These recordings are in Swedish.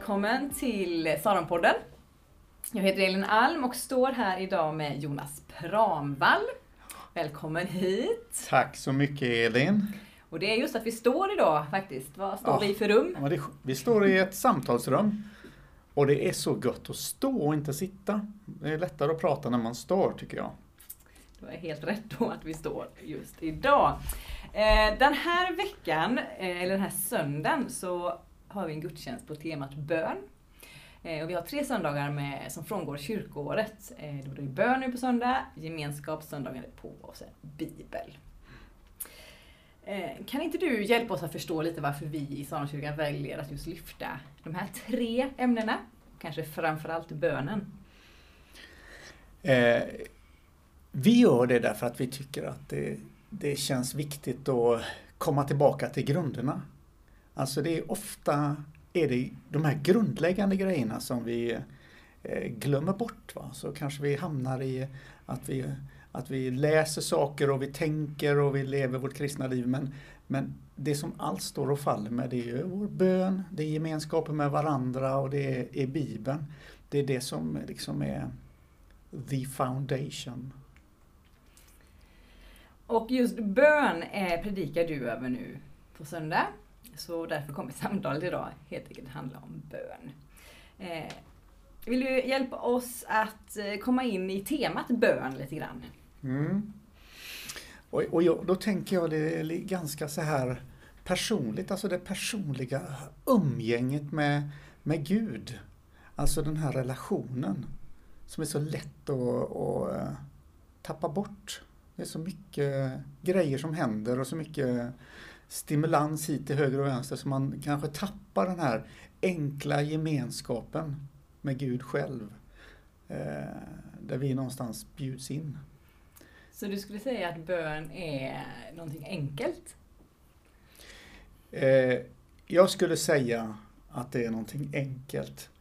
välkommen till Saronpodden. Jag heter Elin Alm och står här idag med Jonas Pramvall. Välkommen hit. Tack så mycket Elin. Och det är just att vi står idag faktiskt. Vad står vi för rum? Vi står i ett samtalsrum. Och det är så gott att stå och inte sitta. Det är lättare att prata när man står tycker jag. Det var helt rätt då att vi står just idag. Den här veckan, eller den här söndagen, så har vi en gudstjänst på temat bön. Och vi har 3 söndagar som frångår kyrkoåret. Då är det bön nu på söndag, gemenskap söndagen på och sen bibel. Kan inte du hjälpa oss att förstå lite varför vi i Saronkyrkan väljer att just lyfta de här 3 ämnena? Kanske framförallt bönen. Vi gör det därför att vi tycker att det känns viktigt att komma tillbaka till grunderna. Alltså det är ofta de här grundläggande grejerna som vi glömmer bort. Va? Så kanske vi hamnar i att vi läser saker och vi tänker och vi lever vårt kristna liv. Men det som allt står och faller med, det är vår bön, det är gemenskapen med varandra och det är Bibeln. Det är det som liksom är the foundation. Och just bön predikar du över nu på söndag. Så därför kommer samtalet idag helt enkelt handla om bön. Vill du hjälpa oss att komma in i temat bön lite grann? Och då tänker jag det är ganska så här personligt, alltså det personliga umgänget med Gud. Alltså den här relationen som är så lätt att tappa bort. Det är så mycket grejer som händer och så mycket stimulans hit till höger och vänster så man kanske tappar den här enkla gemenskapen med Gud själv. Där vi någonstans bjuds in. Så du skulle säga att bön är någonting enkelt? Jag skulle säga att det är någonting enkelt.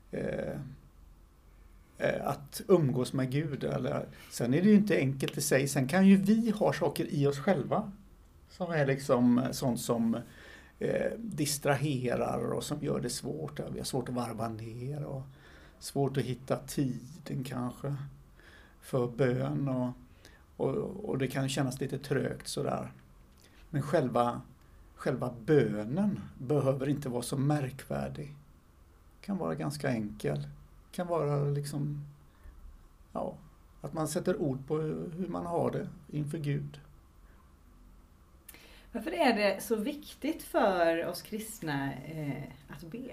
Att umgås med Gud. Sen är det ju inte enkelt i sig. Sen kan ju vi ha saker i oss själva. Som är liksom sånt som distraherar och som gör det svårt. Vi har svårt att varva ner och svårt att hitta tiden kanske för bön. Och det kan kännas lite trögt sådär. Men själva bönen behöver inte vara så märkvärdig. Kan vara ganska enkel. Kan vara liksom, att man sätter ord på hur man har det inför Gud. Varför är det så viktigt för oss kristna att be?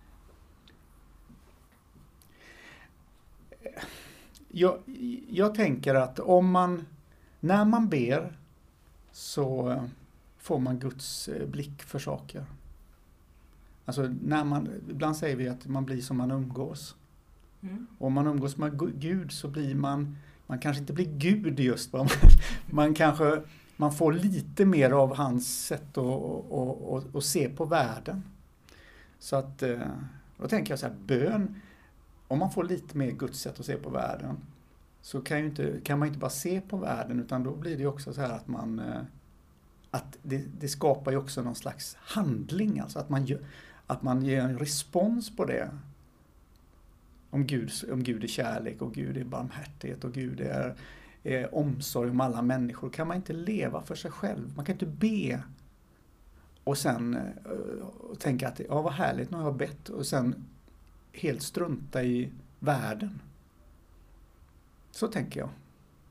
Jag tänker att när man ber så får man Guds blick för saker. Alltså ibland säger vi att man blir som man umgås. Och om man umgås med Gud så blir man kanske inte blir Gud just. Man får lite mer av hans sätt att se på världen. Så att då tänker jag så här, bön, om man får lite mer Guds sätt att se på världen så kan man inte bara se på världen utan då blir det också så här att det skapar ju också någon slags handling, alltså att man ger en respons på det. Om Gud är kärlek och Gud är barmhärtighet och Gud är omsorg om alla människor, kan man inte leva för sig själv. Man kan inte be och sen tänka att vad härligt, nu har jag bett och sen helt strunta i världen. Så tänker jag.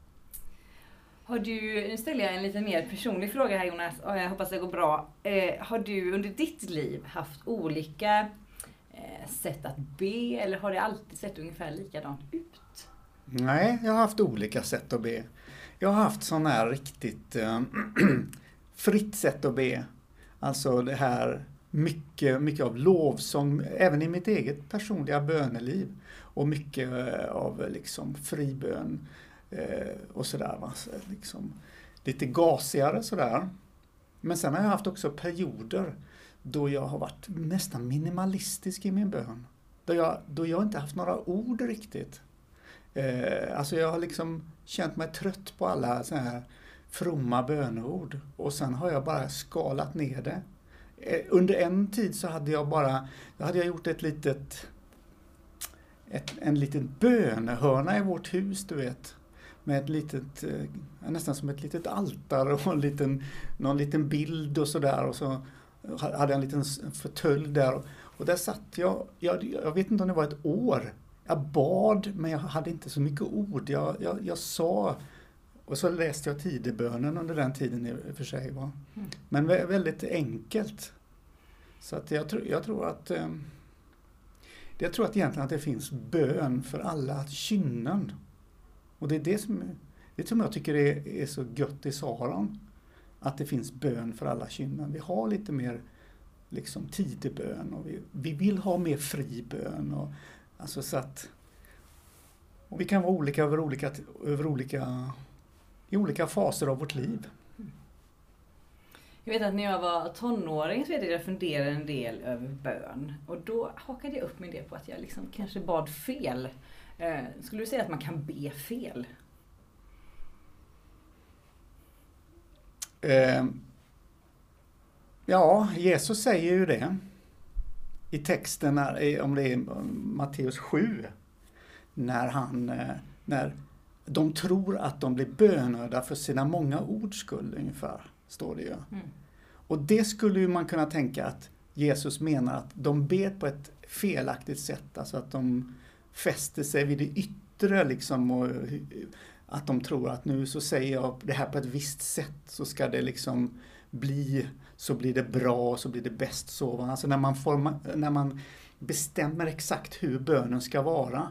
Nu ställer jag en lite mer personlig fråga här Jonas och jag hoppas det går bra. Har du under ditt liv haft olika sätt att be eller har det alltid sett ungefär likadant ut? Nej, jag har haft olika sätt att be. Jag har haft sån här riktigt fritt sätt att be. Alltså det här mycket av lovsång, även i mitt eget personliga böneliv. Och mycket av liksom fribön och sådär. Liksom, lite gasigare sådär. Men sen har jag haft också perioder då jag har varit nästan minimalistisk i min bön. Då jag inte haft några ord riktigt. Alltså jag har liksom känt mig trött på alla så här fromma böneord. Och sen har jag bara skalat ner det Under en tid så hade jag gjort en liten bönehörna i vårt hus, du vet. Med ett litet, nästan som ett litet altare och någon liten bild och sådär. Och så hade jag en liten fåtölj där. Och där satt jag vet inte om det var ett år. Jag bad, men jag hade inte så mycket ord. Jag sa, och så läste jag tidebönen under den tiden i och för sig. Va? Mm. Men väldigt enkelt. Så att jag tror att egentligen att det finns bön för alla kynnen. Och det är det som jag tycker är så gött i Saron. Att det finns bön för alla kynnen. Vi har lite mer liksom tidebön och vi vill ha mer fri bön. Och, alltså så att, och vi kan vara olika i olika faser av vårt liv. Jag vet att när jag var tonåring så vet jag funderade en del över bön. Och då hakade jag upp med det på att jag liksom kanske bad fel. Skulle du säga att man kan be fel? Ja, Jesus säger ju det. I texten, om det är Matteus 7. När de tror att de blir bönhörda för sina många ords skull ungefär, står det ju. Mm. Och det skulle ju man kunna tänka att Jesus menar att de ber på ett felaktigt sätt. Alltså att de fäster sig vid det yttre liksom, och att de tror att nu så säger jag det här på ett visst sätt så ska det liksom så blir det bra, så blir det bäst så. Alltså när man bestämmer exakt hur bönen ska vara,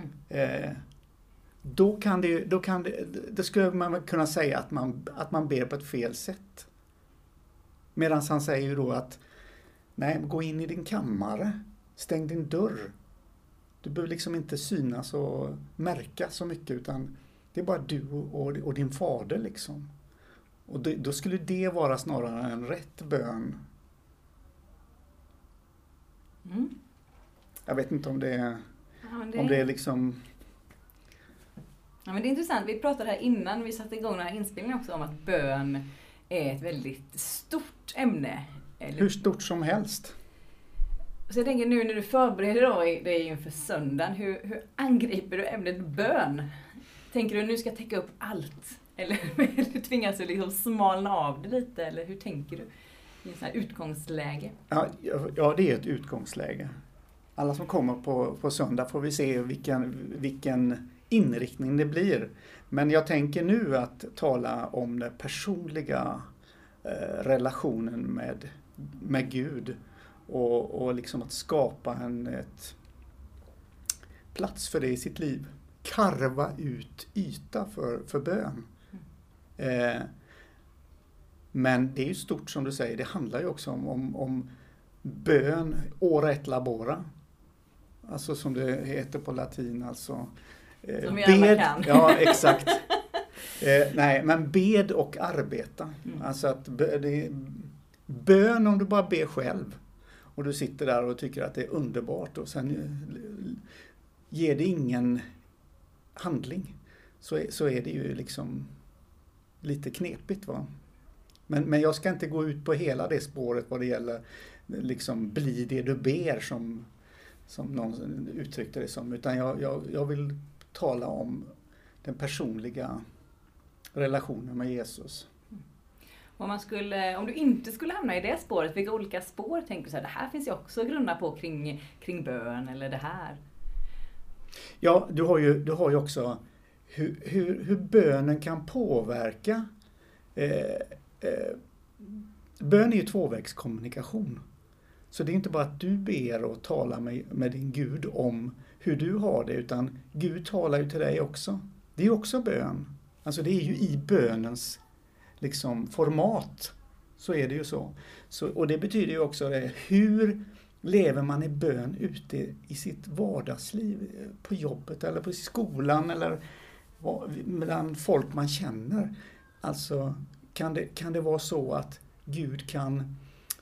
då skulle man kunna säga att man ber på ett fel sätt. Medan han säger ju då att nej, gå in i din kammare, stäng din dörr. Du behöver liksom inte synas och märka så mycket, utan det är bara du och din fader liksom. Och då skulle det vara snarare en rätt bön. Mm. Jag vet inte om det är liksom... Ja, men det är intressant. Vi pratade här innan vi satte igång den här inspelningen också om att bön är ett väldigt stort ämne. Hur stort som helst. Så jag tänker nu när du förbereder dig inför söndagen, hur angriper du ämnet bön? Tänker du nu ska täcka upp allt? Eller tvingas du liksom smalna av det lite? Eller hur tänker du i en sån här utgångsläge? Ja, det är ett utgångsläge. Alla som kommer på söndag får vi se vilken inriktning det blir. Men jag tänker nu att tala om den personliga relationen med Gud. Och liksom att skapa ett plats för det i sitt liv. Karva ut yta för bön. Men det är ju stort som du säger. Det handlar ju också om bön, ora et labora. Alltså som det heter på latin. Alltså, som vi alla kan. Ja, exakt. Nej, men bed och arbeta. Alltså att bön om du bara ber själv. Och du sitter där och tycker att det är underbart och sen ger det ingen handling. Så är det ju liksom lite knepigt, va? Men jag ska inte gå ut på hela det spåret vad det gäller liksom bli det du ber som någon uttryckte det som. Utan jag vill tala om den personliga relationen med Jesus. Om du inte skulle hamna i det spåret, vilka olika spår tänker du så här, det här finns ju också att grunna på kring bön eller det här? Ja, du har ju också hur bönen kan påverka. Bön är ju tvåvägskommunikation. Så det är inte bara att du ber och talar med din Gud om hur du har det, utan Gud talar ju till dig också. Det är ju också bön. Alltså det är ju i bönens liksom format, så är det ju så. Och det betyder ju också det, hur lever man i bön ute i sitt vardagsliv, på jobbet eller på skolan eller bland folk man känner. Alltså kan det vara så att Gud kan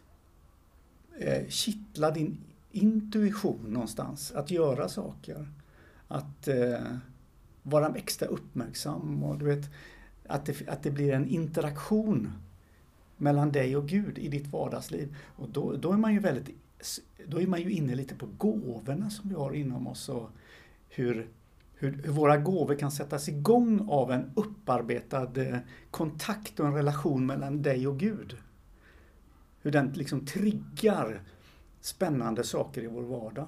kittla din intuition någonstans, att göra saker, att vara extra uppmärksam och du vet att det blir en interaktion mellan dig och Gud i ditt vardagsliv. Och då är man ju då är man ju inne lite på gåvorna som vi har inom oss och hur våra gåvor kan sättas igång av en upparbetad kontakt och en relation mellan dig och Gud. Hur den liksom triggar spännande saker i vår vardag.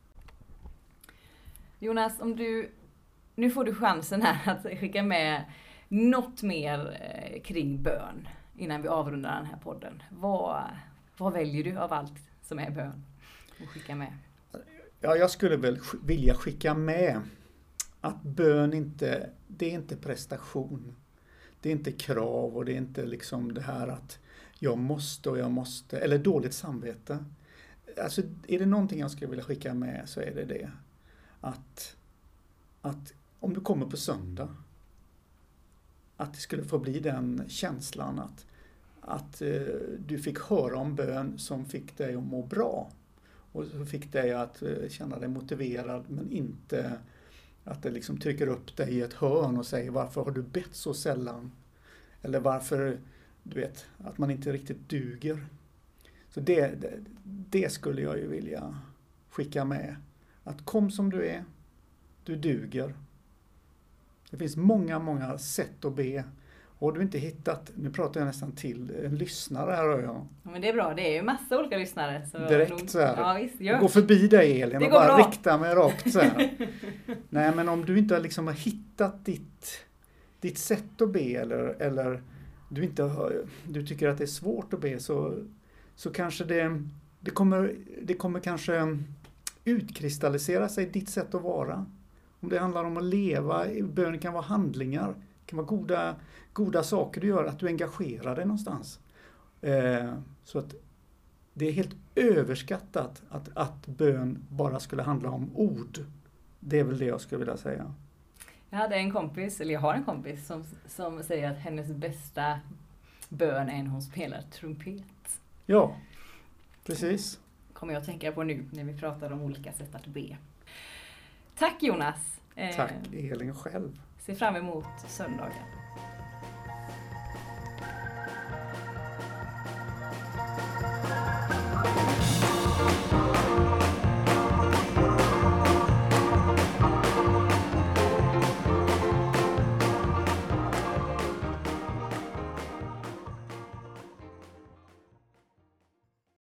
Jonas, nu får du chansen här att skicka med något mer kring bön innan vi avrundar den här podden. Vad väljer du av allt som är bön att skicka med? Ja, jag skulle väl vilja skicka med att bön det är inte prestation. Det är inte krav och det är inte liksom det här att jag måste, eller dåligt samvete. Alltså är det någonting jag skulle vilja skicka med så är det. Att om du kommer på söndag, att det skulle få bli den känslan att du fick höra om bön som fick dig att må bra. Och så fick dig att känna dig motiverad men inte att det liksom trycker upp dig i ett hörn och säger varför har du bett så sällan? Eller varför, du vet, att man inte riktigt duger. Så det skulle jag ju vilja skicka med. Att kom som du är, du duger. Det finns många sätt att be. Och du inte hittat, nu pratar jag nästan till en lyssnare här och jag. Ja, men det är bra, det är ju massa olika lyssnare. Så direkt så här. Ja, visst, gå förbi dig Elin och bara bra. rikta mig rakt så här. Nej, men om du inte liksom har hittat ditt sätt att be eller du tycker att det är svårt att be så kanske det kommer kanske utkristallisera sig ditt sätt att vara. Om det handlar om att leva, bön kan vara handlingar, det kan vara goda saker du gör, att du engagerar dig någonstans. Så att det är helt överskattat att bön bara skulle handla om ord. Det är väl det jag skulle vilja säga. Jag har en kompis som säger att hennes bästa bön är när hon spelar trumpet. Ja, precis. Kommer jag att tänka på nu när vi pratar om olika sätt att be. Tack Jonas. Tack Elin själv. Se fram emot söndagen.